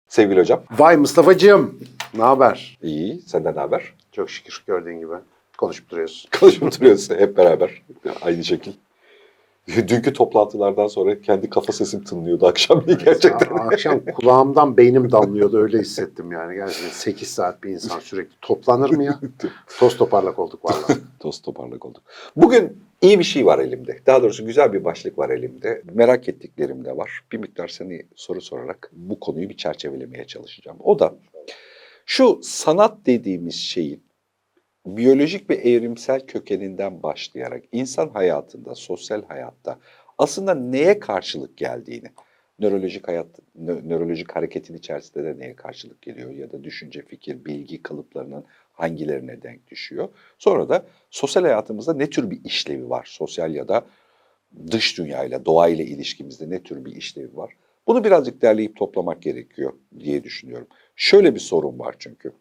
Sevgili hocam. Vay Mustafa'cığım, ne haber? İyi, senden ne haber? Çok şükür gördüğün gibi konuşup duruyoruz. Konuşup duruyoruz hep beraber. Aynı şekil. Dünkü toplantılardan sonra kendi kafa sesim tınlıyordu akşam gerçekten. Akşam kulağımdan beynim damlıyordu, öyle hissettim yani. Gerçekten 8 saat bir insan sürekli toplanır mı ya? Toz toparlak olduk vallahi. Toz toparlak olduk. Bugün iyi bir şey var elimde. Daha doğrusu güzel bir başlık var elimde. Merak ettiklerim de var. Bir miktar seni soru sorarak bu konuyu bir çerçevelemeye çalışacağım. O da şu sanat dediğimiz şeyin biyolojik ve evrimsel kökeninden başlayarak insan hayatında, sosyal hayatta aslında neye karşılık geldiğini, nörolojik hareketin içerisinde de neye karşılık geliyor ya da düşünce, fikir, bilgi kalıplarının hangilerine denk düşüyor. Sonra da sosyal hayatımızda ne tür bir işlevi var? Sosyal ya da dış dünyayla, doğayla ilişkimizde ne tür bir işlevi var? Bunu birazcık derleyip toplamak gerekiyor diye düşünüyorum. Şöyle bir sorun var çünkü.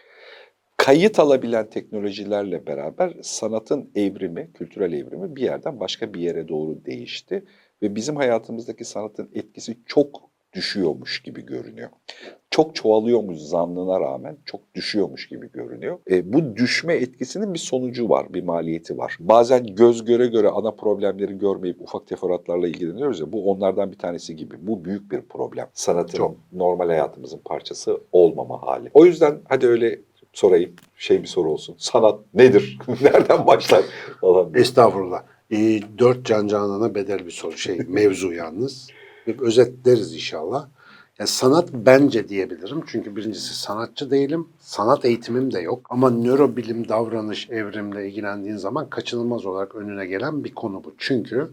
Kayıt alabilen teknolojilerle beraber sanatın evrimi, kültürel evrimi bir yerden başka bir yere doğru değişti. Ve bizim hayatımızdaki sanatın etkisi çok düşüyormuş gibi görünüyor. Çok çoğalıyormuş zannına rağmen çok düşüyormuş gibi görünüyor. Bu düşme etkisinin bir sonucu var, bir maliyeti var. Bazen göz göre göre ana problemleri görmeyip ufak teferruatlarla ilgileniyoruz ya, bu onlardan bir tanesi gibi. Bu büyük bir problem. Sanatın Çok. normal hayatımızın parçası olmama hali. O yüzden hadi öyle sorayım, bir soru olsun. Sanat nedir? Nereden başlar? Falan diye. Estağfurullah. 4 can canana bedel bir soru mevzu yalnız. Bir özetleriz inşallah. Ya sanat bence diyebilirim. Çünkü birincisi sanatçı değilim. Sanat eğitimim de yok. Ama nörobilim, davranış, evrimle ilgilendiğin zaman kaçınılmaz olarak önüne gelen bir konu bu. Çünkü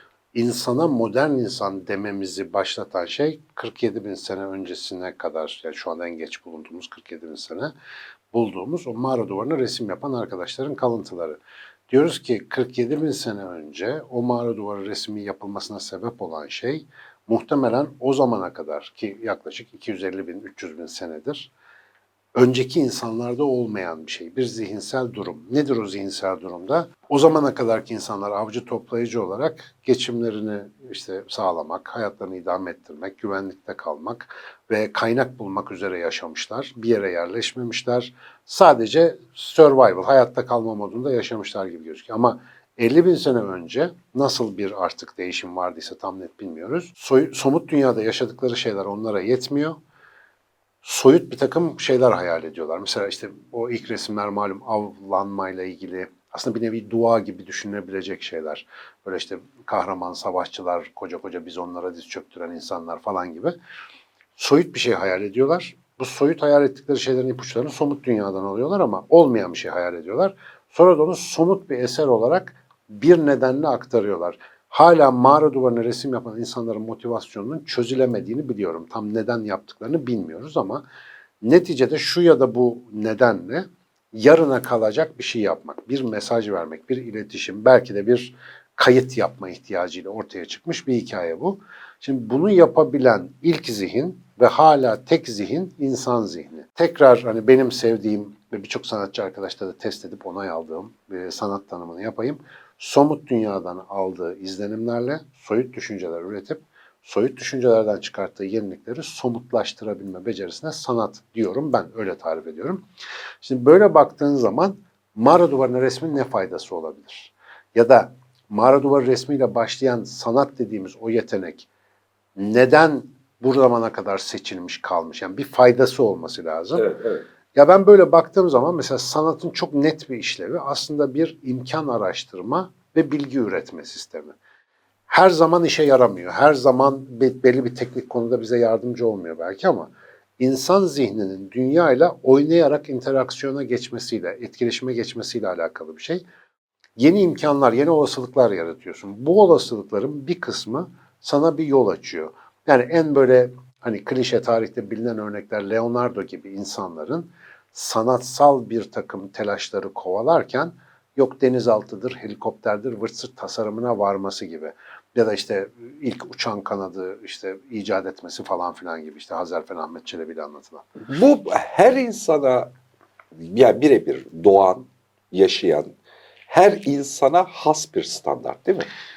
insana modern insan dememizi başlatan şey 47 bin sene öncesine kadar, yani şu anda en geç bulunduğumuz 47 bin sene bulduğumuz o mağara duvarına resim yapan arkadaşların kalıntıları. Diyoruz ki 47 bin sene önce o mağara duvarı resmi yapılmasına sebep olan şey muhtemelen o zamana kadar, ki yaklaşık 250 bin, 300 bin senedir, önceki insanlarda olmayan bir şey, bir zihinsel durum. Nedir o zihinsel durumda? O zamana kadarki insanlar avcı toplayıcı olarak geçimlerini sağlamak, hayatlarını idame ettirmek, güvenlikte kalmak ve kaynak bulmak üzere yaşamışlar. Bir yere yerleşmemişler. Sadece survival, hayatta kalma modunda yaşamışlar gibi gözüküyor. Ama 50 bin sene önce nasıl bir artık değişim vardıysa tam net bilmiyoruz. Somut dünyada yaşadıkları şeyler onlara yetmiyor. Soyut bir takım şeyler hayal ediyorlar. Mesela o ilk resimler malum avlanmayla ilgili, aslında bir nevi dua gibi düşünülebilecek şeyler. Böyle kahraman savaşçılar, koca koca bizonlara diz çöktüren insanlar falan gibi. Soyut bir şey hayal ediyorlar. Bu soyut hayal ettikleri şeylerin ipuçlarını somut dünyadan alıyorlar ama olmayan bir şey hayal ediyorlar. Sonra da onu somut bir eser olarak bir nedenle aktarıyorlar. Hala mağara duvarına resim yapan insanların motivasyonunun çözülemediğini biliyorum. Tam neden yaptıklarını bilmiyoruz ama neticede şu ya da bu nedenle yarına kalacak bir şey yapmak, bir mesaj vermek, bir iletişim, belki de bir kayıt yapma ihtiyacıyla ortaya çıkmış bir hikaye bu. Şimdi bunu yapabilen ilk zihin ve hala tek zihin insan zihni. Tekrar benim sevdiğim ve birçok sanatçı arkadaşla da test edip onay aldığım sanat tanımını yapayım. Somut dünyadan aldığı izlenimlerle soyut düşünceler üretip soyut düşüncelerden çıkarttığı yenilikleri somutlaştırabilme becerisine sanat diyorum, ben öyle tarif ediyorum. Şimdi böyle baktığın zaman mağara duvarına resmin ne faydası olabilir? Ya da mağara duvarı resmiyle başlayan sanat dediğimiz o yetenek neden bu zamana kadar seçilmiş kalmış? Yani bir faydası olması lazım. Evet, evet. Ya ben böyle baktığım zaman mesela sanatın çok net bir işlevi aslında bir imkan araştırma ve bilgi üretme sistemi. Her zaman işe yaramıyor. Her zaman belli bir teknik konuda bize yardımcı olmuyor belki ama insan zihninin dünyayla oynayarak interaksiyona geçmesiyle, etkileşime geçmesiyle alakalı bir şey. Yeni imkanlar, yeni olasılıklar yaratıyorsun. Bu olasılıkların bir kısmı sana bir yol açıyor. Yani en böyle klişe tarihte bilinen örnekler Leonardo gibi insanların sanatsal bir takım telaşları kovalarken yok denizaltıdır, helikopterdir, vırt sırt tasarımına varması gibi. Ya da ilk uçan kanadı icat etmesi falan filan gibi Hazarfen Ahmet Çelebi'yle anlatılan. Bu her insana yani birebir doğan, yaşayan her insana has bir standart değil mi?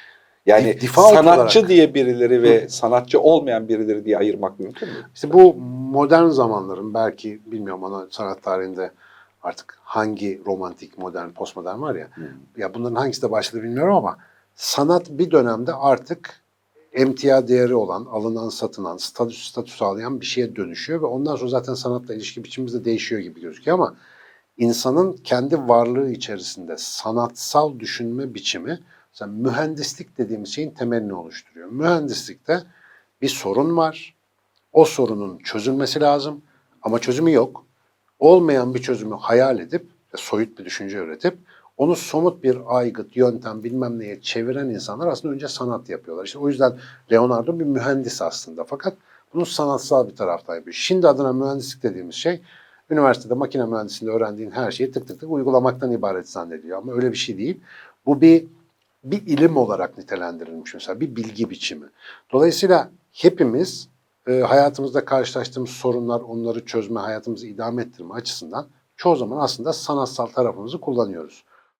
Yani Default sanatçı olarak. diye birileri ve sanatçı olmayan birileri diye ayırmak mümkün mü? İşte bu modern zamanların belki bilmiyorum ama sanat tarihinde artık hangi romantik, modern, postmodern var ya. Ya bunların hangisi de başladı bilmiyorum ama sanat bir dönemde artık emtia değeri olan, alınan, satılan, statü sağlayan bir şeye dönüşüyor ve ondan sonra zaten sanatla ilişki biçimimiz de değişiyor gibi gözüküyor ama insanın kendi varlığı içerisinde sanatsal düşünme biçimi, mesela mühendislik dediğimiz şeyin temelini oluşturuyor. Mühendislikte bir sorun var. O sorunun çözülmesi lazım ama çözümü yok. Olmayan bir çözümü hayal edip, soyut bir düşünce üretip, onu somut bir aygıt, yöntem bilmem neye çeviren insanlar aslında önce sanat yapıyorlar. İşte o yüzden Leonardo bir mühendis aslında fakat bunu sanatsal bir taraftan yapıyor. Şimdi adına mühendislik dediğimiz şey, üniversitede makine mühendisliğinde öğrendiğin her şeyi tık tık tık uygulamaktan ibaret zannediyor. Ama öyle bir şey değil. Bu bir ilim olarak nitelendirilmiş mesela, bir bilgi biçimi. Dolayısıyla hepimiz hayatımızda karşılaştığımız sorunlar, onları çözme, hayatımızı idame ettirme açısından çoğu zaman aslında sanatsal tarafımızı kullanıyoruz.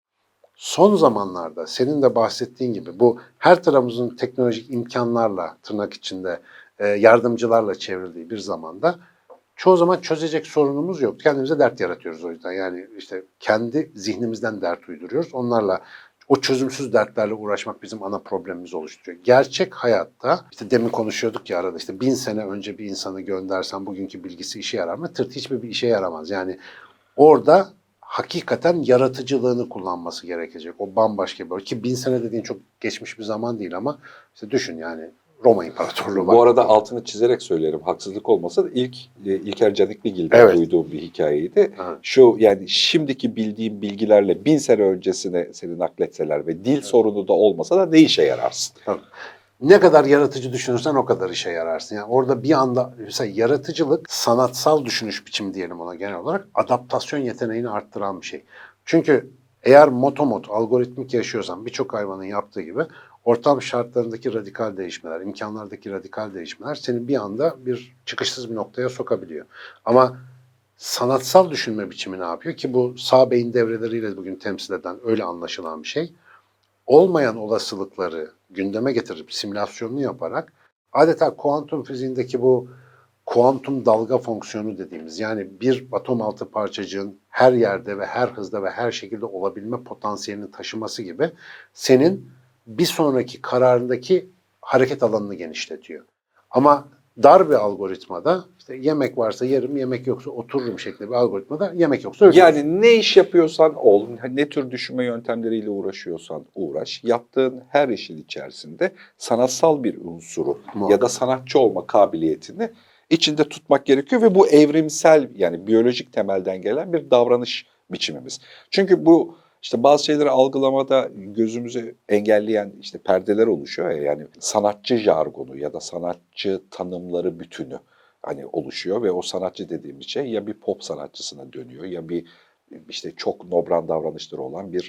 Son zamanlarda senin de bahsettiğin gibi bu her tarafımızın teknolojik imkanlarla, tırnak içinde yardımcılarla çevrildiği bir zamanda çoğu zaman çözecek sorunumuz yok. Kendimize dert yaratıyoruz o yüzden. Yani işte kendi zihnimizden dert uyduruyoruz. Onlarla o çözümsüz dertlerle uğraşmak bizim ana problemimiz oluşturuyor. Gerçek hayatta işte demin konuşuyorduk ya arada, işte 1000 sene önce bir insanı göndersen bugünkü bilgisi işe yarar mı? Tırt, hiçbir bir işe yaramaz. Yani orada hakikaten yaratıcılığını kullanması gerekecek. O bambaşka bir, ki 1000 sene dediğin çok geçmiş bir zaman değil ama işte düşün yani Roma İmparatorluğu Bu var. arada altını çizerek söylerim, haksızlık olmasa da İlker Canikligil'den Evet. duyduğum bir hikayeydi. Evet. Şu, yani şimdiki bildiğim bilgilerle 1000 sene öncesine seni nakletseler ve dil sorunu da olmasa da ne işe yararsın? Tabii. Ne kadar yaratıcı düşünürsen o kadar işe yararsın. Yani orada bir anda mesela yaratıcılık, sanatsal düşünüş biçimi diyelim ona genel olarak, adaptasyon yeteneğini arttıran bir şey. Çünkü eğer motomot, algoritmik yaşıyorsan, birçok hayvanın yaptığı gibi ortam şartlarındaki radikal değişmeler, imkanlardaki radikal değişmeler seni bir anda bir çıkışsız bir noktaya sokabiliyor. Ama sanatsal düşünme biçimi ne yapıyor ki bu sağ beyin devreleriyle bugün temsil eden, öyle anlaşılan bir şey, olmayan olasılıkları gündeme getirip simülasyonunu yaparak adeta kuantum fiziğindeki bu kuantum dalga fonksiyonu dediğimiz, yani bir atom altı parçacığın her yerde ve her hızda ve her şekilde olabilme potansiyelini taşıması gibi senin bir sonraki kararındaki hareket alanını genişletiyor. Ama dar bir algoritmada işte yemek varsa yerim, yemek yoksa otururum şeklinde bir algoritmada yemek yoksa ölüyorsun. Yani ne iş yapıyorsan ol, ne tür düşünme yöntemleriyle uğraşıyorsan uğraş, yaptığın her işin içerisinde sanatsal bir unsuru ya da Muhakkak. sanatçı olma kabiliyetini içinde tutmak gerekiyor ve bu evrimsel, yani biyolojik temelden gelen bir davranış biçimimiz. Çünkü bu işte bazı şeyleri algılamada gözümüzü engelleyen işte perdeler oluşuyor ya, yani sanatçı jargonu ya da sanatçı tanımları bütünü hani oluşuyor ve o sanatçı dediğimiz şey ya bir pop sanatçısına dönüyor ya bir işte çok nobran davranışları olan bir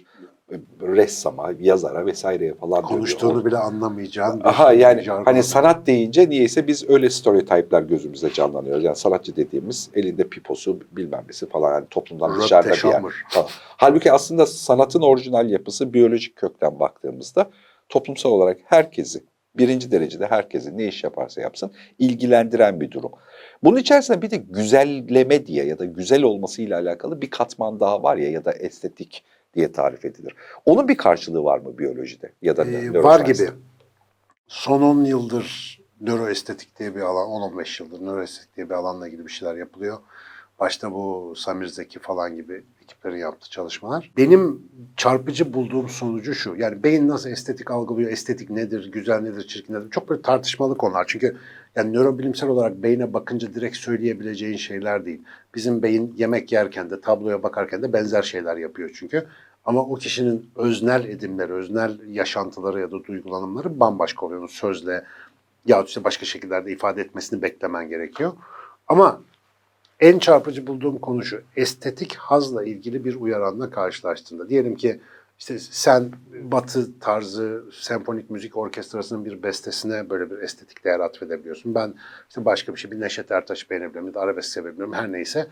ressama, yazara vesaireye falan dönüyor. Konuştuğunu bile anlamayacağın bir Aha, yani jargon. hani sanat deyince niyeyse biz öyle stereotipler gözümüzde canlanıyor. Yani sanatçı dediğimiz elinde piposu bilmem nesi falan, yani toplumdan dışarıda bir yer. Halbuki aslında sanatın orijinal yapısı biyolojik kökten baktığımızda toplumsal olarak herkesi, birinci derecede herkesi ne iş yaparsa yapsın ilgilendiren bir durum. Bunun içerisinde bir de güzelleme diye ya da güzel olmasıyla alakalı bir katman daha var ya, ya da estetik diye tarif edilir. Onun bir karşılığı var mı biyolojide ya da Var neuroscience'de? gibi. Son 10 yıldır nöroestetik diye bir alan, 10-15 yıldır nöroestetik diye bir alanla ilgili bir şeyler yapılıyor. Başta bu Samir Zeki falan gibi ekiplerin yaptığı çalışmalar. Benim çarpıcı bulduğum sonucu şu: yani beyin nasıl estetik algılıyor, estetik nedir, güzel nedir, çirkin nedir? Çok böyle tartışmalı konular. Çünkü yani nörobilimsel olarak beyne bakınca direkt söyleyebileceğin şeyler değil. Bizim beyin yemek yerken de, tabloya bakarken de benzer şeyler yapıyor çünkü. Ama o kişinin öznel edimleri, öznel yaşantıları ya da duygulanımları bambaşka oluyor. Onu sözle ya işte başka şekillerde ifade etmesini beklemen gerekiyor. Ama en çarpıcı bulduğum konu şu: estetik hazla ilgili bir uyaranla karşılaştığında. Diyelim ki işte sen Batı tarzı senfonik müzik orkestrasının bir bestesine böyle bir estetik değer atfedebiliyorsun. Ben işte başka bir şey, bir Neşet Ertaş beğenebilirim ya da arabesk sevebilirim, her neyse.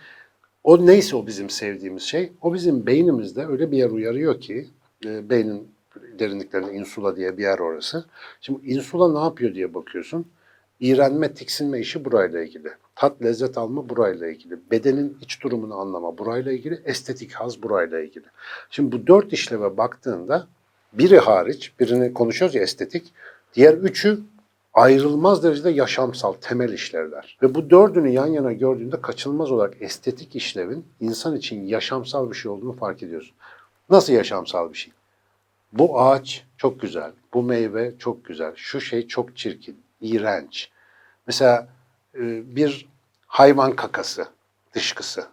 O neyse o bizim sevdiğimiz şey, o bizim beynimizde öyle bir yer uyarıyor ki beynin derinliklerinde Insula diye bir yer orası. Şimdi Insula ne yapıyor diye bakıyorsun. İğrenme, tiksinme işi burayla ilgili. Tat, lezzet alma burayla ilgili. Bedenin iç durumunu anlama burayla ilgili. Estetik haz burayla ilgili. Şimdi bu 4 işleve baktığında biri hariç, birini konuşuyoruz ya estetik, diğer üçü ayrılmaz derecede yaşamsal, temel işlevler. Ve bu dördünü yan yana gördüğünde kaçınılmaz olarak estetik işlevin insan için yaşamsal bir şey olduğunu fark ediyorsun. Nasıl yaşamsal bir şey? Bu ağaç çok güzel, bu meyve çok güzel, şu şey çok çirkin, iğrenç. Mesela bir hayvan kakası, dışkısı.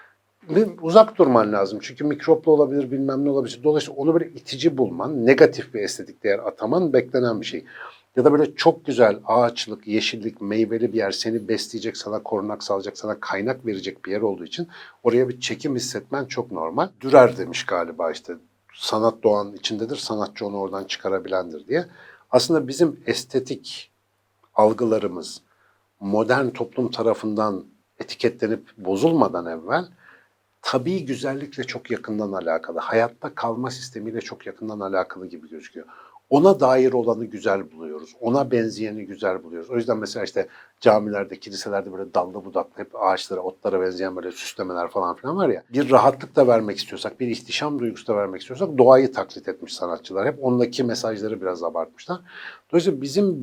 Uzak durman lazım çünkü mikroplu olabilir, bilmem ne olabilir. Dolayısıyla onu böyle itici bulman, negatif bir estetik değer ataman beklenen bir şey. Ya da böyle çok güzel ağaçlık, yeşillik, meyveli bir yer seni besleyecek, sana korunak sağlayacak, sana kaynak verecek bir yer olduğu için oraya bir çekim hissetmen çok normal. Dürer demiş galiba işte, sanat doğanın içindedir, sanatçı onu oradan çıkarabilendir diye. Aslında bizim estetik algılarımız modern toplum tarafından etiketlenip bozulmadan evvel tabii güzellikle çok yakından alakalı, hayatta kalma sistemiyle çok yakından alakalı gibi gözüküyor. Ona dair olanı güzel buluyoruz. Ona benzeyeni güzel buluyoruz. O yüzden mesela işte camilerde, kiliselerde böyle dallı budaklı hep ağaçlara, otlara benzeyen böyle süslemeler falan filan var ya. Bir rahatlık da vermek istiyorsak, bir ihtişam duygusu da vermek istiyorsak doğayı taklit etmiş sanatçılar. Hep ondaki mesajları biraz abartmışlar. Dolayısıyla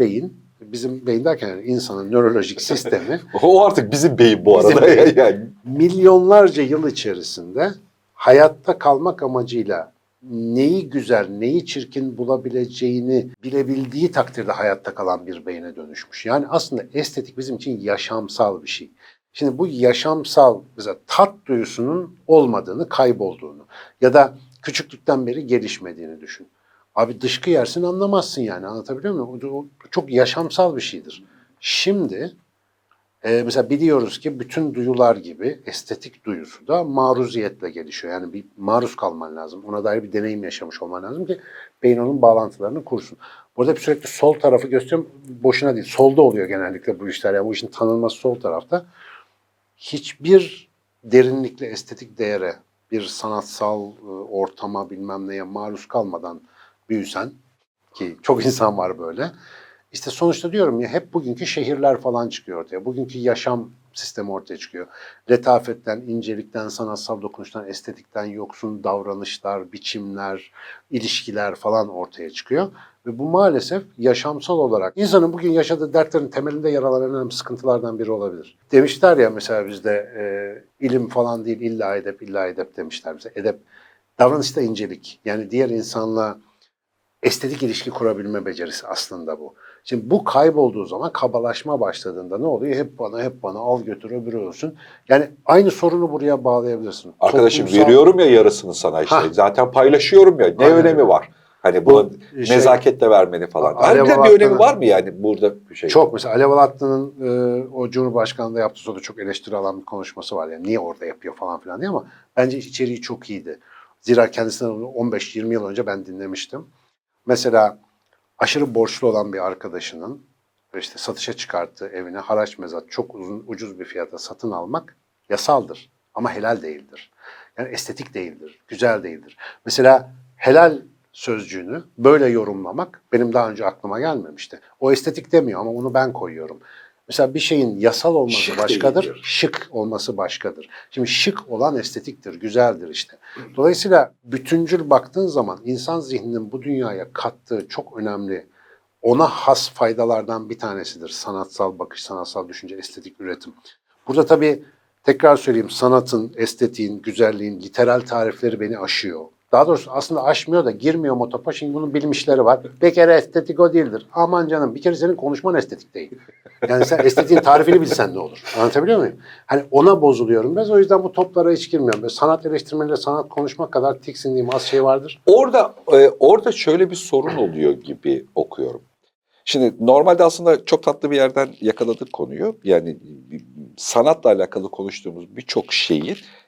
bizim beyin derken yani insanın nörolojik sistemi O artık bizim beyin bu Bizim arada. beyin. Yani. milyonlarca yıl içerisinde hayatta kalmak amacıyla neyi güzel, neyi çirkin bulabileceğini bilebildiği takdirde hayatta kalan bir beyne dönüşmüş. Yani aslında estetik bizim için yaşamsal bir şey. Şimdi bu yaşamsal, mesela tat duyusunun olmadığını, kaybolduğunu ya da küçüklükten beri gelişmediğini düşün. Abi dışkı yersin anlamazsın yani, anlatabiliyor muyum? O çok yaşamsal bir şeydir. Şimdi mesela biliyoruz ki bütün duyular gibi estetik duyusu da maruziyetle gelişiyor. Yani bir maruz kalman lazım. Ona dair bir deneyim yaşamış olman lazım ki beyin onun bağlantılarını kursun. Burada hep sürekli sol tarafı gösteriyorum. Boşuna değil. Solda oluyor genellikle bu işler. Yani bu işin tanınması sol tarafta. Hiçbir derinlikli estetik değere, bir sanatsal ortama bilmem neye maruz kalmadan büyüsen, ki çok insan var böyle. İşte sonuçta diyorum ya, hep bugünkü şehirler falan çıkıyor ortaya. Bugünkü yaşam sistemi ortaya çıkıyor. Letafetten, incelikten, sanatsal dokunuştan, estetikten yoksun davranışlar, biçimler, ilişkiler falan ortaya çıkıyor. Ve bu maalesef yaşamsal olarak insanın bugün yaşadığı dertlerin temelinde yer alan en önemli sıkıntılardan biri olabilir. Demişler ya mesela bizde ilim falan değil, illa edep, illa edep demişler bize. Edep, davranışta incelik. Yani diğer insanla estetik ilişki kurabilme becerisi aslında bu. Şimdi bu kaybolduğu zaman, kabalaşma başladığında ne oluyor? Hep bana al götür öbürü olsun. Yani aynı sorunu buraya bağlayabilirsin. Arkadaşım Toplumsal- veriyorum ya yarısını sana işte. Hah. Zaten paylaşıyorum ya. Ne Aynen önemi öyle. var? Hani Bu buna şey- nezaketle vermeni falan. Alev Harbiden bir önemi Alatlı'nın- var mı yani burada bir şey? Çok, mesela Alev Alatlı'nın o Cumhurbaşkanlığı'nda yaptığı sırada çok eleştiri alan bir konuşması var. Yani niye orada yapıyor falan filan diye, ama bence içeriği çok iyiydi. Zira kendisinden 15-20 yıl önce ben dinlemiştim. Mesela aşırı borçlu olan bir arkadaşının işte satışa çıkarttığı evine haraç mezat çok ucuz bir fiyata satın almak yasaldır ama helal değildir. Yani estetik değildir, güzel değildir. Mesela helal sözcüğünü böyle yorumlamak benim daha önce aklıma gelmemişti. O estetik demiyor ama onu ben koyuyorum. Mesela bir şeyin yasal olması Şık başkadır, değildir. şık olması başkadır. Şimdi şık olan estetiktir, güzeldir işte. Dolayısıyla bütüncül baktığın zaman insan zihninin bu dünyaya kattığı çok önemli, ona has faydalardan bir tanesidir sanatsal bakış, sanatsal düşünce, estetik üretim. Burada tabii tekrar söyleyeyim, sanatın, estetiğin, güzelliğin literal tarifleri beni aşıyor. Daha doğrusu aslında aşmıyor da girmiyor motopa. Şimdi bunun bilmişleri var. Bir kere estetik o değildir. Aman canım, bir kere senin konuşman estetik değil. Yani sen estetiğin tarifini bilsen ne olur? Anlatabiliyor muyum? Hani ona bozuluyorum biraz. O yüzden bu toplara hiç girmiyorum. Böyle sanat eleştirmeniyle sanat konuşmak kadar tiksindiğim az şey vardır. Orada şöyle bir sorun oluyor gibi okuyorum. Şimdi normalde aslında çok tatlı bir yerden yakaladık konuyu. Yani sanatla alakalı konuştuğumuz birçok şeyin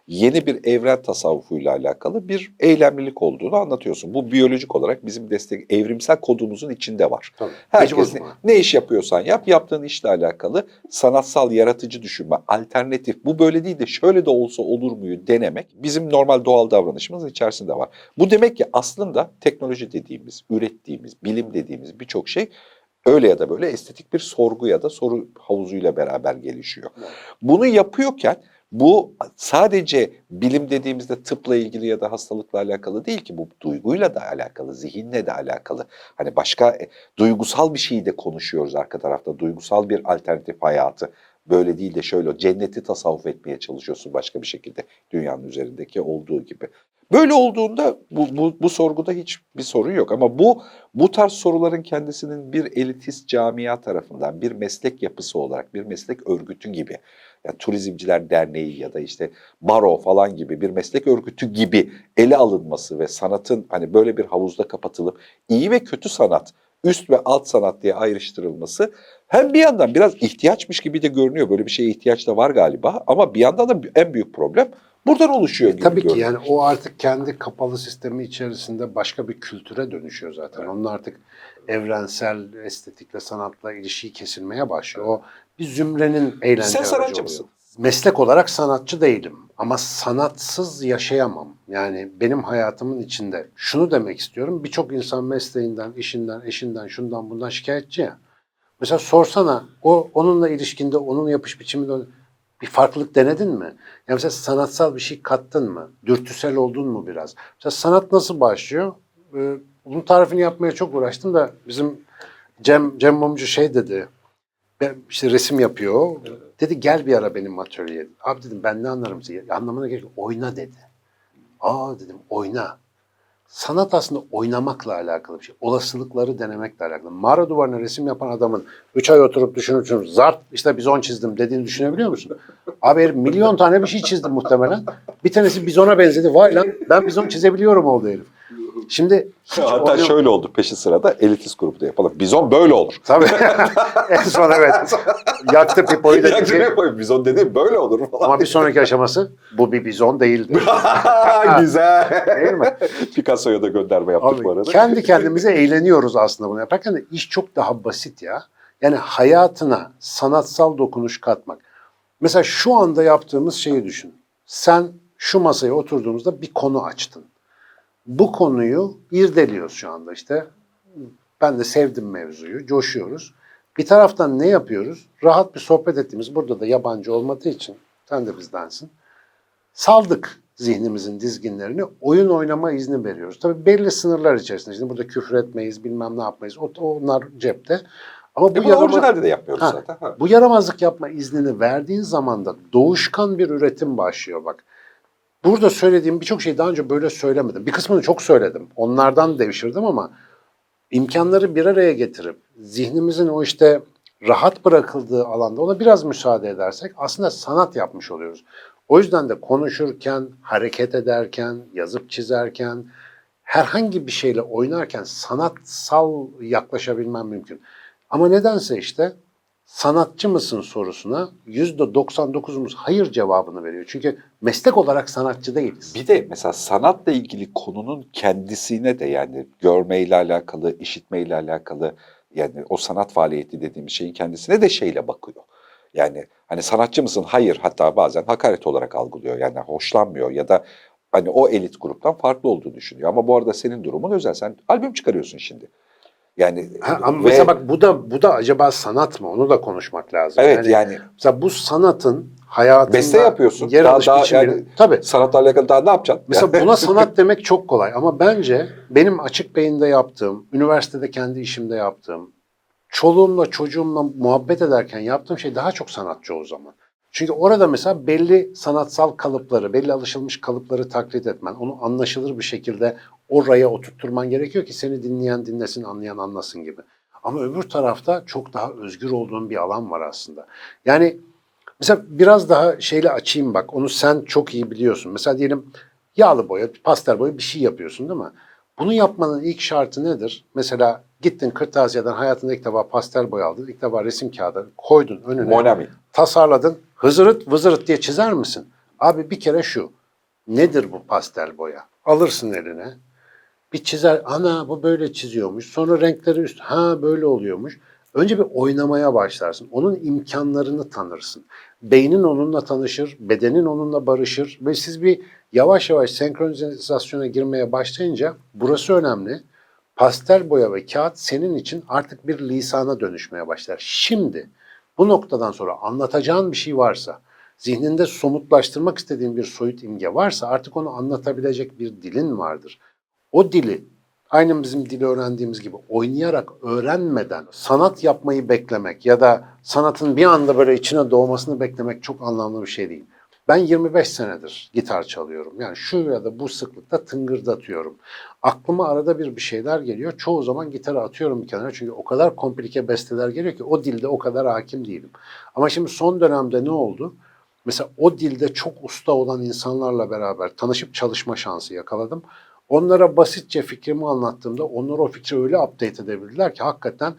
yeni bir evren tasavvufuyla alakalı bir eylemlilik olduğunu anlatıyorsun. Bu biyolojik olarak bizim evrimsel kodumuzun içinde var. Tabii. Herkes Mecbur mu? ne iş yapıyorsan yap, yaptığın işle alakalı sanatsal, yaratıcı düşünme, alternatif, bu böyle değil de şöyle de olsa olur muyu denemek bizim normal doğal davranışımızın içerisinde var. Bu demek ki aslında teknoloji dediğimiz, ürettiğimiz, bilim dediğimiz birçok şey öyle ya da böyle estetik bir sorgu ya da soru havuzuyla beraber gelişiyor. Bunu yapıyorken bu sadece bilim dediğimizde tıpla ilgili ya da hastalıkla alakalı değil ki, bu duyguyla da alakalı, zihinle de alakalı. Hani başka duygusal bir şeyi de konuşuyoruz arka tarafta. Duygusal bir alternatif hayatı. Böyle değil de şöyle cenneti tasavvuf etmeye çalışıyorsun başka bir şekilde dünyanın üzerindeki olduğu gibi. Böyle olduğunda bu sorguda hiçbir sorun yok ama bu tarz soruların kendisinin bir elitist camia tarafından bir meslek yapısı olarak bir meslek örgütü gibi, yani Turizmciler Derneği ya da işte baro falan gibi bir meslek örgütü gibi ele alınması ve sanatın hani böyle bir havuzda kapatılıp iyi ve kötü sanat, üst ve alt sanat diye ayrıştırılması hem bir yandan biraz ihtiyaçmış gibi de görünüyor. Böyle bir şeye ihtiyaç da var galiba ama bir yandan da en büyük problem buradan oluşuyor gibi Tabii ki görünüyor. yani o artık kendi kapalı sistemi içerisinde başka bir kültüre dönüşüyor zaten. Onun artık evrensel estetikle, sanatla ilişiği kesilmeye başlıyor. O bir zümrenin eğlence Sen aracı sanatçı oluyor. mısın? Meslek olarak sanatçı değilim ama sanatsız yaşayamam. Yani benim hayatımın içinde şunu demek istiyorum. Birçok insan mesleğinden, işinden, eşinden, şundan bundan şikayetçi ya. Mesela sorsana onunla ilişkinde, onun yapış biçiminde bir farklılık denedin mi? Yani mesela sanatsal bir şey kattın mı? Dürtüsel oldun mu biraz? Mesela sanat nasıl başlıyor? Bunun tarifini yapmaya çok uğraştım da bizim Cem Mumcu şey dedi. Ben işte resim yapıyor. O. Dedi gel bir ara benim atölyeye. Abi dedim ben ne anlarım size? Anlamına gerek yok. Oyna dedi. Aa dedim oyna. Sanat aslında oynamakla alakalı bir şey. Olasılıkları denemekle alakalı. Mağara duvarına resim yapan adamın 3 ay oturup düşünüp zart işte bizon çizdim dediğini düşünebiliyor musun? Abi herif milyon tane bir şey çizdi muhtemelen. Bir tanesi bizona benzedi. Vay lan ben bizon çizebiliyorum oldu herif. Şimdi hiç Hatta şöyle oldu peşi sırada elitist grupta yapalım. Bizon böyle olur. Tabii. En son evet. Yaktı pipoyu dedi ki. Bizon dediğim böyle olur falan. Ama bir sonraki aşaması bu bir bizon değildi. Güzel. Değil mi? Picasso'ya da gönderme yaptık Abi, bu arada. kendi kendimize eğleniyoruz aslında bunu yaparken de iş çok daha basit ya. Yani hayatına sanatsal dokunuş katmak. Mesela şu anda yaptığımız şeyi düşün. Sen şu masaya oturduğumuzda bir konu açtın. Bu konuyu irdeliyoruz şu anda işte. Ben de sevdim mevzuyu, coşuyoruz. Bir taraftan ne yapıyoruz? Rahat bir sohbet ettiğimiz, burada da yabancı olmadığı için, sen de bizdensin. Saldık zihnimizin dizginlerini, oyun oynama izni veriyoruz. Tabii belli sınırlar içerisinde. Şimdi burada küfür etmeyiz, bilmem ne yapmayız. Onlar cepte. Ama Bunu orijinalde de yapmıyoruz Ha, zaten. Ha. bu yaramazlık yapma iznini verdiğin zaman da doğuşkan bir üretim başlıyor bak. Burada söylediğim birçok şeyi daha önce böyle söylemedim. Bir kısmını çok söyledim. Onlardan devşirdim ama imkanları bir araya getirip zihnimizin o işte rahat bırakıldığı alanda ona biraz müsaade edersek aslında sanat yapmış oluyoruz. O yüzden de konuşurken, hareket ederken, yazıp çizerken, herhangi bir şeyle oynarken sanatsal yaklaşabilmem mümkün. Ama nedense işte sanatçı mısın sorusuna %99'umuz hayır cevabını veriyor. Çünkü meslek olarak sanatçı değiliz. Bir de mesela sanatla ilgili konunun kendisine de, yani görmeyle alakalı, işitmeyle alakalı, yani o sanat faaliyeti dediğimiz şeyin kendisine de şeyle bakıyor. Yani hani sanatçı mısın? Hayır, hatta bazen hakaret olarak algılıyor. Yani hoşlanmıyor ya da hani o elit gruptan farklı olduğunu düşünüyor. Ama bu arada senin durumun özel. Sen albüm çıkarıyorsun şimdi. Yani Ama mesela bak bu da acaba sanat mı? Onu da konuşmak lazım. evet yani mesela bu sanatın hayatında beste yapıyorsun. yer alış biçimi. yani Tabii. sanatla alakalı daha ne yapacaksın? Mesela buna sanat demek çok kolay ama bence benim açık beyinde yaptığım, üniversitede kendi işimde yaptığım, çoluğumla çocuğumla muhabbet ederken yaptığım şey daha çok sanatçı o zaman. Çünkü orada mesela belli sanatsal kalıpları, belli alışılmış kalıpları taklit etmen, onu anlaşılır bir şekilde oraya oturtturman gerekiyor ki seni dinleyen dinlesin, anlayan anlasın gibi. Ama öbür tarafta çok daha özgür olduğun bir alan var aslında. Yani mesela biraz daha şeyle açayım bak, onu sen çok iyi biliyorsun. Mesela diyelim yağlı boya, pastel boya bir şey yapıyorsun değil mi? Bunu yapmanın ilk şartı nedir? Mesela gittin kırtasiyeden hayatında ilk defa pastel boya aldın, ilk defa resim kağıdı koydun önüne. Monami. Tasarladın, hızırıt vızırıt diye çizer misin? Abi bir kere şu. Nedir bu pastel boya? Alırsın eline. Bir çizer. Ana bu böyle çiziyormuş. Sonra renkleri üst. Ha böyle oluyormuş. Önce bir oynamaya başlarsın. Onun imkanlarını tanırsın. Beynin onunla tanışır, bedenin onunla barışır ve siz bir yavaş yavaş senkronizasyona girmeye başlayınca burası önemli. Pastel boya ve kağıt senin için artık bir lisana dönüşmeye başlar. Şimdi bu noktadan sonra anlatacağın bir şey varsa, zihninde somutlaştırmak istediğin bir soyut imge varsa artık onu anlatabilecek bir dilin vardır. O dili aynı bizim dili öğrendiğimiz gibi oynayarak öğrenmeden sanat yapmayı beklemek ya da sanatın bir anda böyle içine doğmasını beklemek çok anlamlı bir şey değil. Ben 25 senedir gitar çalıyorum. Yani şu ya da bu sıklıkta tıngırdatıyorum. Aklıma arada bir şeyler geliyor. Çoğu zaman gitarı atıyorum bir kenara. Çünkü o kadar komplike besteler geliyor ki o dilde o kadar hakim değilim. Ama şimdi son dönemde ne oldu? Mesela o dilde çok usta olan insanlarla beraber tanışıp çalışma şansı yakaladım. Onlara basitçe fikrimi anlattığımda onlar o fikri öyle update edebildiler ki hakikaten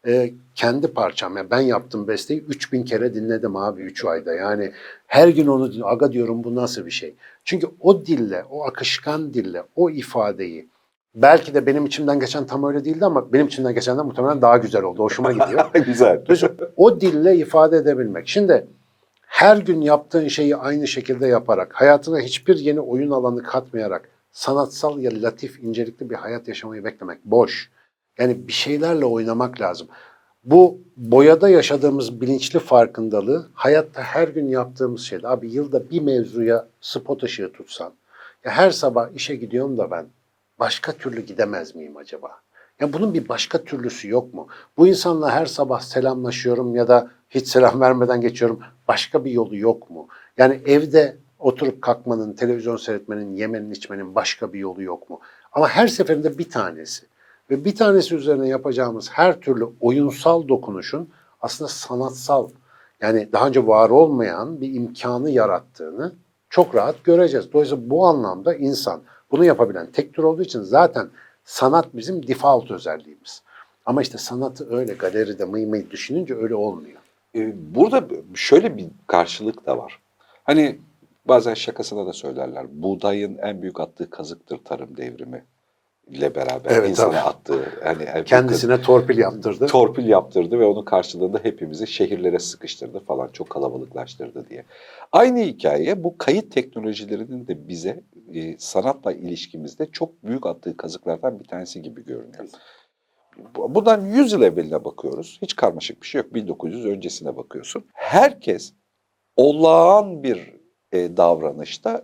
kendi parçam. Yani ben yaptım besteyi 3000 kere dinledim abi 3 ayda. Yani her gün onu dinliyorum. Aga diyorum bu nasıl bir şey? Çünkü o dille, o akışkan dille, o ifadeyi belki de benim içimden geçen tam öyle değildi ama benim içimden geçenden muhtemelen daha güzel oldu. Hoşuma gidiyor. Güzel. O dille ifade edebilmek. Şimdi her gün yaptığın şeyi aynı şekilde yaparak, hayatına hiçbir yeni oyun alanı katmayarak sanatsal ya latif, incelikli bir hayat yaşamayı beklemek boş. Yani bir şeylerle oynamak lazım. Bu boyada yaşadığımız bilinçli farkındalığı hayatta her gün yaptığımız şeyde. Abi yılda bir mevzuya spot ışığı tutsan. Ya her sabah işe gidiyorum da ben başka türlü gidemez miyim acaba? Ya bunun bir başka türlüsü yok mu? Bu insanla her sabah selamlaşıyorum ya da hiç selam vermeden geçiyorum. Başka bir yolu yok mu? Yani evde oturup kalkmanın, televizyon seyretmenin, yemenin, içmenin başka bir yolu yok mu? Ama her seferinde bir tanesi. Ve bir tanesi üzerine yapacağımız her türlü oyunsal dokunuşun aslında sanatsal, yani daha önce var olmayan bir imkanı yarattığını çok rahat göreceğiz. Dolayısıyla bu anlamda insan bunu yapabilen tek tür olduğu için zaten sanat bizim default özelliğimiz. Ama işte sanatı öyle galeride mıy düşününce öyle olmuyor. Burada şöyle bir karşılık da var. Hani bazen şakasına da söylerler. Buğdayın en büyük attığı kazıktır tarım devrimi ile beraber Evet, insana tabii. attığı. Yani en büyük Kendisine torpil yaptırdı. torpil yaptırdı ve onun karşılığında hepimizi şehirlere sıkıştırdı falan, çok kalabalıklaştırdı diye. Aynı hikaye bu kayıt teknolojilerinin de bize sanatla ilişkimizde çok büyük attığı kazıklardan bir tanesi gibi görünüyor. Bundan 100 yıl evveline bakıyoruz. Hiç karmaşık bir şey yok. 1900 öncesine bakıyorsun. Herkes olağan bir davranışta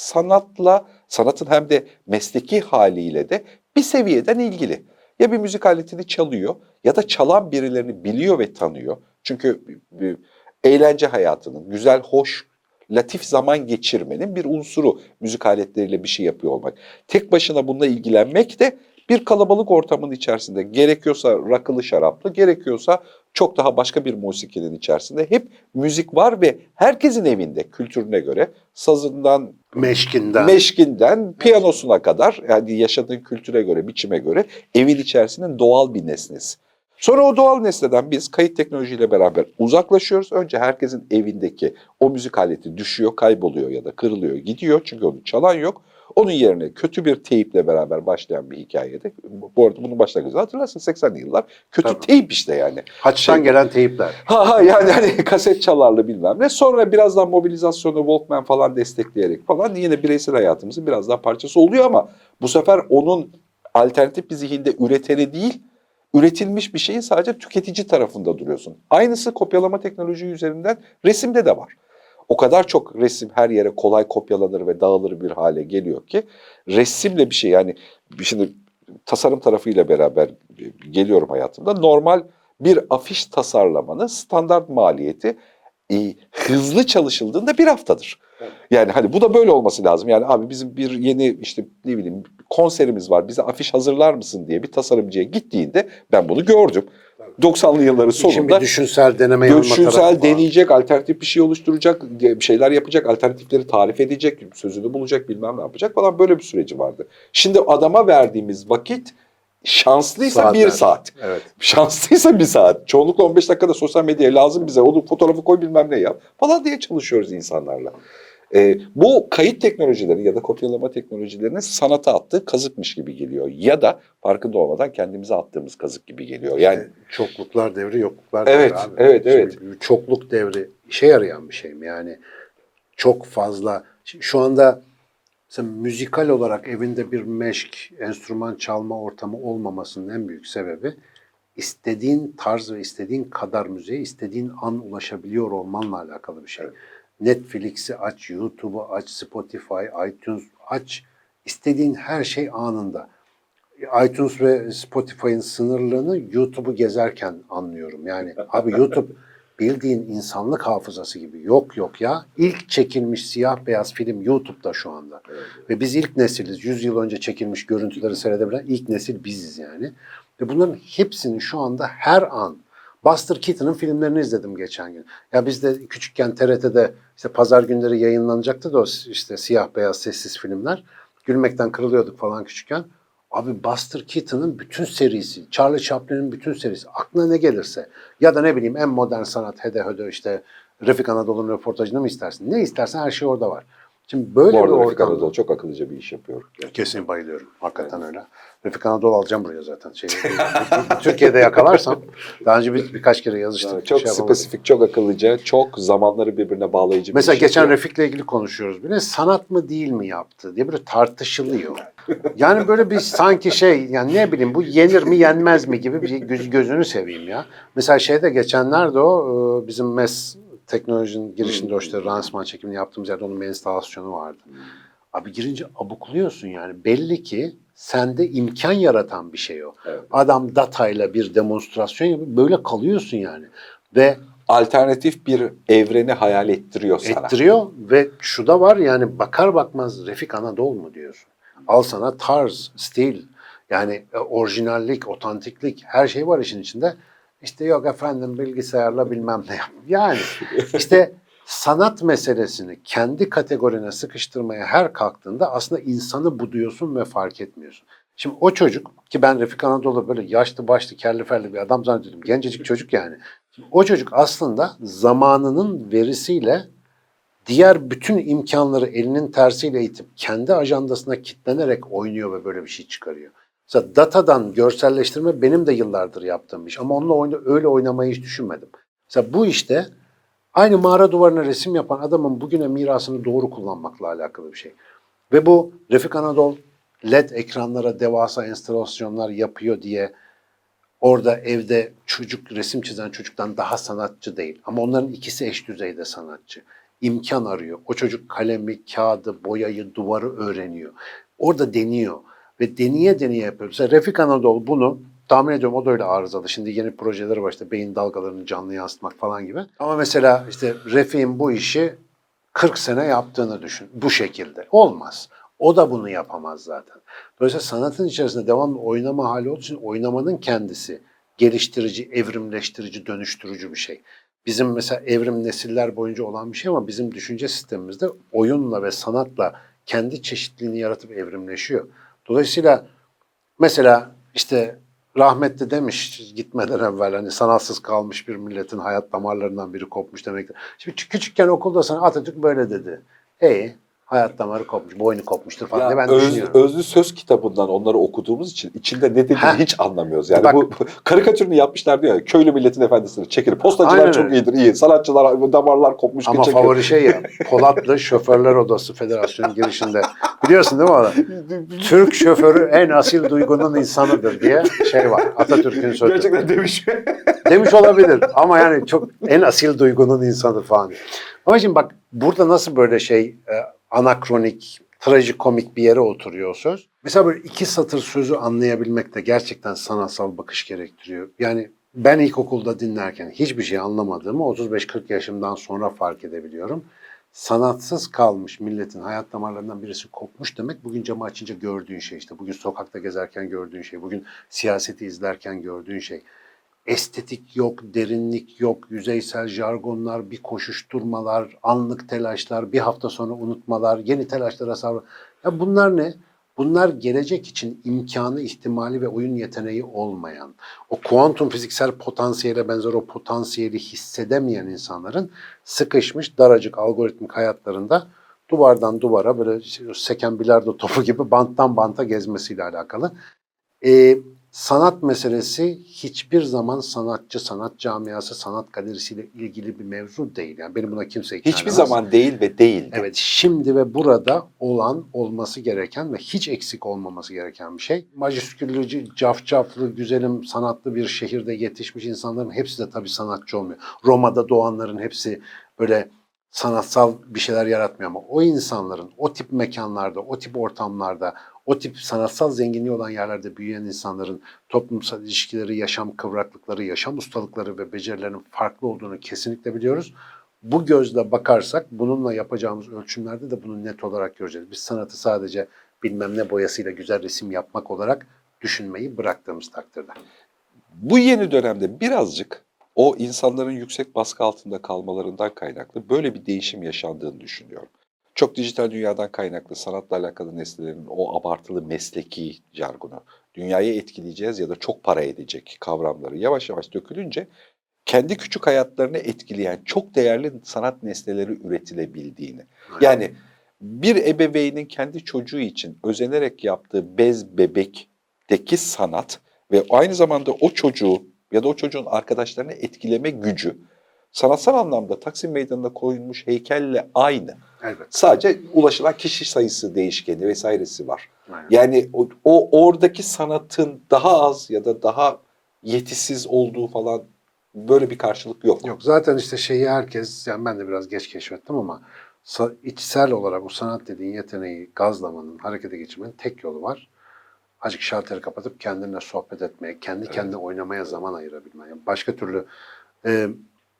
sanatın hem de mesleki haliyle de bir seviyeden ilgili. Ya bir müzik aletini çalıyor ya da çalan birilerini biliyor ve tanıyor. Çünkü eğlence hayatının, güzel, hoş, latif zaman geçirmenin bir unsuru müzik aletleriyle bir şey yapıyor olmak. Tek başına bununla ilgilenmek de bir kalabalık ortamın içerisinde, gerekiyorsa rakılı şaraplı, gerekiyorsa çok daha başka bir musikinin içerisinde hep müzik var ve herkesin evinde kültürüne göre sazından, meşkinden piyanosuna kadar, yani yaşadığın kültüre göre, biçime göre evin içerisinin doğal bir nesnesi. Sonra o doğal nesneden biz kayıt teknolojiyle beraber uzaklaşıyoruz. Önce herkesin evindeki o müzik aleti düşüyor, kayboluyor ya da kırılıyor, gidiyor. Çünkü onu çalan yok. Onun yerine kötü bir teyple beraber başlayan bir hikayede, bu arada bunun başlangıcı hatırlarsın 80'li yıllar, kötü Tabii. teyp işte yani. Haçtan gelen teyipler. Yani hani kaset çalarlı bilmem ne. Sonra birazdan mobilizasyonu Walkman falan destekleyerek falan yine bireysel hayatımızın biraz daha parçası oluyor ama bu sefer onun alternatif bir zihinde üreteni değil, üretilmiş bir şeyin sadece tüketici tarafında duruyorsun. Aynısı kopyalama teknolojisi üzerinden resimde de var. O kadar çok resim her yere kolay kopyalanır ve dağılır bir hale geliyor ki resimle bir şey, yani şimdi tasarım tarafıyla beraber geliyorum hayatımda. Normal bir afiş tasarlamanın standart maliyeti hızlı çalışıldığında bir haftadır. Yani hani bu da böyle olması lazım. Yani abi bizim bir yeni işte ne bileyim konserimiz var, bize afiş hazırlar mısın diye bir tasarımcıya gittiğinde ben bunu gördüm. 90'lı yılların İşin sonunda bir düşünsel deneme yanılma tarafı var. deneyecek, alternatif bir şey oluşturacak, bir şeyler yapacak, alternatifleri tarif edecek, sözünü bulacak, bilmem ne yapacak falan, böyle bir süreci vardı. Şimdi adama verdiğimiz vakit şanslıysa Saatler. 1 saat. Evet. Şanslıysa 1 saat. Çoğunlukla 15 dakikada sosyal medyaya lazım bize. Onu fotoğrafı koy bilmem ne yap falan diye çalışıyoruz insanlarla. Bu kayıt teknolojileri ya da kopyalama teknolojilerinin sanata attığı kazıkmış gibi geliyor. Ya da farkında olmadan kendimize attığımız kazık gibi geliyor. Yani Çokluklar devri, yokluklar Evet, devri abi. evet, evet. Şimdi çokluk devri işe yarayan bir şey mi? Yani çok fazla. Şu anda mesela müzikal olarak evinde bir meşk, enstrüman çalma ortamı olmamasının en büyük sebebi istediğin tarz ve istediğin kadar müziğe istediğin an ulaşabiliyor olmanla alakalı bir şey. Evet. Netflix'i aç, YouTube'u aç, Spotify, iTunes aç. İstediğin her şey anında. iTunes ve Spotify'ın sınırlığını YouTube'u gezerken anlıyorum. Yani abi YouTube bildiğin insanlık hafızası gibi. Yok ya. İlk çekilmiş siyah beyaz film YouTube'da şu anda. Evet. Ve biz ilk nesiliz. 100 yıl önce çekilmiş görüntüleri seyredebilen ilk nesil biziz yani. Ve bunların hepsini şu anda her an Buster Keaton'ın filmlerini izledim geçen gün. Ya biz de küçükken TRT'de işte pazar günleri yayınlanacaktı da o işte siyah beyaz sessiz filmler. Gülmekten kırılıyorduk falan küçükken. Abi Buster Keaton'ın bütün serisi, Charlie Chaplin'in bütün serisi, aklına ne gelirse ya da ne bileyim en modern sanat, Hede Hödö işte Refik Anadolu'nun röportajını mı istersin? Ne istersen her şey orada var. Şimdi böyle bu bir arada Refik ortamda Anadolu çok akıllıca bir iş yapıyor. kesin bayılıyorum. Hakikaten öyle. Refik Anadolu alacağım buraya zaten. Türkiye'de yakalarsam daha önce birkaç kere yazıştık. Çok şey yapamadım. spesifik, çok akıllıca, çok zamanları birbirine bağlayıcı bir Mesela iş geçen yapıyor. Refik'le ilgili konuşuyoruz bile. Sanat mı değil mi yaptı diye böyle tartışılıyor. Yani böyle bir sanki şey yani ne bileyim bu yenir mi yenmez mi gibi bir gözünü seveyim ya. Mesela şeyde geçenlerde o bizim MES teknolojinin girişinde o işte lansman çekimini yaptığımız yerde onun instalasyonu vardı. Abi girince abukluyorsun yani. Belli ki sende imkan yaratan bir şey o. Evet. Adam datayla bir demonstrasyon yapıyor. Böyle kalıyorsun yani. Ve Alternatif bir evreni hayal ettiriyor sana. ettiriyor ve şu da var yani bakar bakmaz Refik Anadolu mu diyorsun. Al sana tarz, stil, yani orijinallik, otantiklik her şey var işin içinde. İşte yok efendim bilgisayarla bilmem ne yap. Yani işte sanat meselesini kendi kategorine sıkıştırmaya her kalktığında aslında insanı buduyorsun ve fark etmiyorsun. Şimdi o çocuk ki ben Refik Anadolu böyle yaşlı başlı kelli felli bir adam zannediyordum. Gencecik çocuk yani. Şimdi o çocuk aslında zamanının verisiyle diğer bütün imkanları elinin tersiyle itip kendi ajandasına kitlenerek oynuyor ve böyle bir şey çıkarıyor. Mesela datadan görselleştirme benim de yıllardır yaptığım iş ama onunla öyle oynamayı hiç düşünmedim. Mesela bu işte aynı mağara duvarına resim yapan adamın bugüne mirasını doğru kullanmakla alakalı bir şey. Ve bu Refik Anadol LED ekranlara devasa enstalasyonlar yapıyor diye orada evde çocuk resim çizen çocuktan daha sanatçı değil. Ama onların ikisi eş düzeyde sanatçı. İmkan arıyor. O çocuk kalemi, kağıdı, boyayı, duvarı öğreniyor. Orada deniyor. Ve deneye deneye yapıyor. Mesela Refik Anadolu bunu tahmin ediyorum o da öyle arızalı. Şimdi yeni projeleri var işte beyin dalgalarını canlı yansıtmak falan gibi. Ama mesela işte Refik'in bu işi 40 sene yaptığını düşün. Bu şekilde. Olmaz. O da bunu yapamaz zaten. Dolayısıyla sanatın içerisinde devamlı oynama hali olduğu için oynamanın kendisi geliştirici, evrimleştirici, dönüştürücü bir şey. Bizim mesela evrim nesiller boyunca olan bir şey ama bizim düşünce sistemimizde oyunla ve sanatla kendi çeşitliliğini yaratıp evrimleşiyor. Dolayısıyla mesela işte rahmetli demiş gitmeden evvel hani sanatsız kalmış bir milletin hayat damarlarından biri kopmuş demektir. Şimdi küçükken okulda sana Atatürk böyle dedi. Hayat damarı kopmuş, boynu kopmuştur falan diye ben düşünüyorum. Özlü Söz kitabından onları okuduğumuz için içinde ne dediğini Heh. hiç anlamıyoruz. Yani Bak- bu karikatürünü yapmışlar diyor ya, köylü milletin efendisini çekilir. Postacılar Aynen çok öyle. iyidir, iyi. Sanatçılar damarlar kopmuş Ama çekilir. favori şey ya Polatlı Şoförler Odası Federasyonu girişinde. Biliyorsun değil mi onu? Türk şoförü en asil duygunun insanıdır diye şey var. Atatürk'ün sözü. Gerçekten demiş. Demiş olabilir ama yani çok en asil duygunun insanı falan. Ama şimdi bak burada nasıl böyle anakronik, trajikomik bir yere oturuyor o söz. Mesela böyle iki satır sözü anlayabilmek de gerçekten sanatsal bakış gerektiriyor. Yani ben ilkokulda dinlerken hiçbir şey anlamadığımı 35-40 yaşımdan sonra fark edebiliyorum. Sanatsız kalmış milletin hayat damarlarından birisi kopmuş demek bugün camı açınca gördüğün şey işte. Bugün sokakta gezerken gördüğün şey, bugün siyaseti izlerken gördüğün şey. Estetik yok, derinlik yok, yüzeysel jargonlar, bir koşuşturmalar, anlık telaşlar, bir hafta sonra unutmalar, yeni telaşlara savrulmalar. Ya bunlar ne? Bunlar gelecek için imkanı, ihtimali ve oyun yeteneği olmayan, o kuantum fiziksel potansiyele benzer o potansiyeli hissedemeyen insanların sıkışmış, daracık algoritmik hayatlarında duvardan duvara böyle seken bilardo topu gibi banttan banta gezmesiyle alakalı. Sanat meselesi hiçbir zaman sanatçı, sanat camiası, sanat galerisiyle ilgili bir mevzu değil. Yani benim buna kimse ikna Hiçbir edemez. zaman değil ve değildi. Evet, şimdi ve burada olan, olması gereken ve hiç eksik olmaması gereken bir şey. Majüsküllü, cafcaflı, güzelim, sanatlı bir şehirde yetişmiş insanların hepsi de tabii sanatçı olmuyor. Roma'da doğanların hepsi böyle sanatsal bir şeyler yaratmıyor ama o insanların o tip mekanlarda, o tip ortamlarda, o tip sanatsal zenginliği olan yerlerde büyüyen insanların toplumsal ilişkileri, yaşam kıvraklıkları, yaşam ustalıkları ve becerilerinin farklı olduğunu kesinlikle biliyoruz. Bu gözle bakarsak bununla yapacağımız ölçümlerde de bunu net olarak göreceğiz. Biz sanatı sadece bilmem ne boyasıyla güzel resim yapmak olarak düşünmeyi bıraktığımız takdirde. Bu yeni dönemde birazcık o insanların yüksek baskı altında kalmalarından kaynaklı böyle bir değişim yaşandığını düşünüyorum. Çok dijital dünyadan kaynaklı sanatla alakalı nesnelerin o abartılı mesleki jargonu, dünyayı etkileyeceğiz ya da çok para edecek kavramları yavaş yavaş dökülünce kendi küçük hayatlarını etkileyen çok değerli sanat nesneleri üretilebildiğini. Yani bir ebeveynin kendi çocuğu için özenerek yaptığı bez bebekteki sanat ve aynı zamanda o çocuğu ya da o çocuğun arkadaşlarını etkileme gücü sanatsal anlamda Taksim Meydanı'na koyulmuş heykelle aynı. Elbette. Sadece ulaşılan kişi sayısı değişkeni vesairesi var. Aynen. Yani o oradaki sanatın daha az ya da daha yetisiz olduğu falan böyle bir karşılık yok. Yok, zaten işte şeyi herkes, yani ben de biraz geç keşfettim ama içsel olarak o sanat dediğin yeteneği gazlamanın, harekete geçirmenin tek yolu var. Azıcık şalteri kapatıp kendinle sohbet etmeye, kendi kendine oynamaya zaman ayırabilmeye. Yani başka türlü e,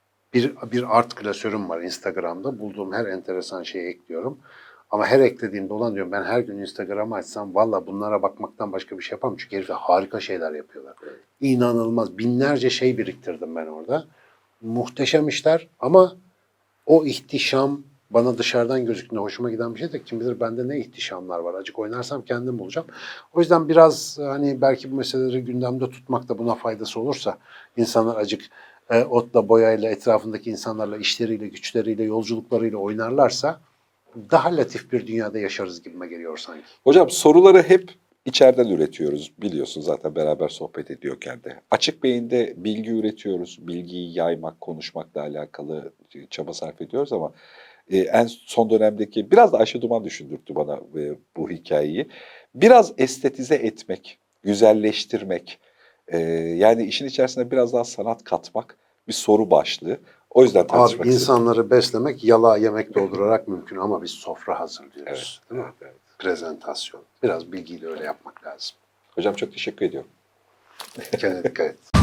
bir art klasörüm var Instagram'da. Bulduğum her enteresan şeyi ekliyorum. Ama her eklediğimde olan diyorum ben her gün Instagram'ı açsam valla bunlara bakmaktan başka bir şey yapamam. Çünkü herifler harika şeyler yapıyorlar. İnanılmaz. Binlerce şey biriktirdim ben orada. Muhteşem işler ama o ihtişam bana dışarıdan gözüktüğünde hoşuma giden bir şey de kim bilir bende ne ihtişamlar var. Acık oynarsam kendim bulacağım. O yüzden biraz hani belki bu meseleleri gündemde tutmak da buna faydası olursa insanlar acık otla, boyayla, etrafındaki insanlarla, işleriyle, güçleriyle, yolculuklarıyla oynarlarsa daha latif bir dünyada yaşarız gibime geliyor sanki. Hocam soruları hep içeriden üretiyoruz. Biliyorsun zaten beraber sohbet ediyorken de. Açık beyinde bilgi üretiyoruz. Bilgiyi yaymak, konuşmakla alakalı çaba sarf ediyoruz ama en son dönemdeki biraz da Ayşe Duman düşündürttü bana bu hikayeyi. Biraz estetize etmek, güzelleştirmek, yani işin içerisine biraz daha sanat katmak bir soru başlığı. O yüzden tartışmak Abi istedim. insanları beslemek yalağa yemek doldurarak mümkün ama biz sofra hazırlıyoruz. Evet, Değil mi? evet, evet. Prezentasyon. Biraz bilgiyle öyle yapmak lazım. Hocam çok teşekkür ediyorum. Kendine dikkat et.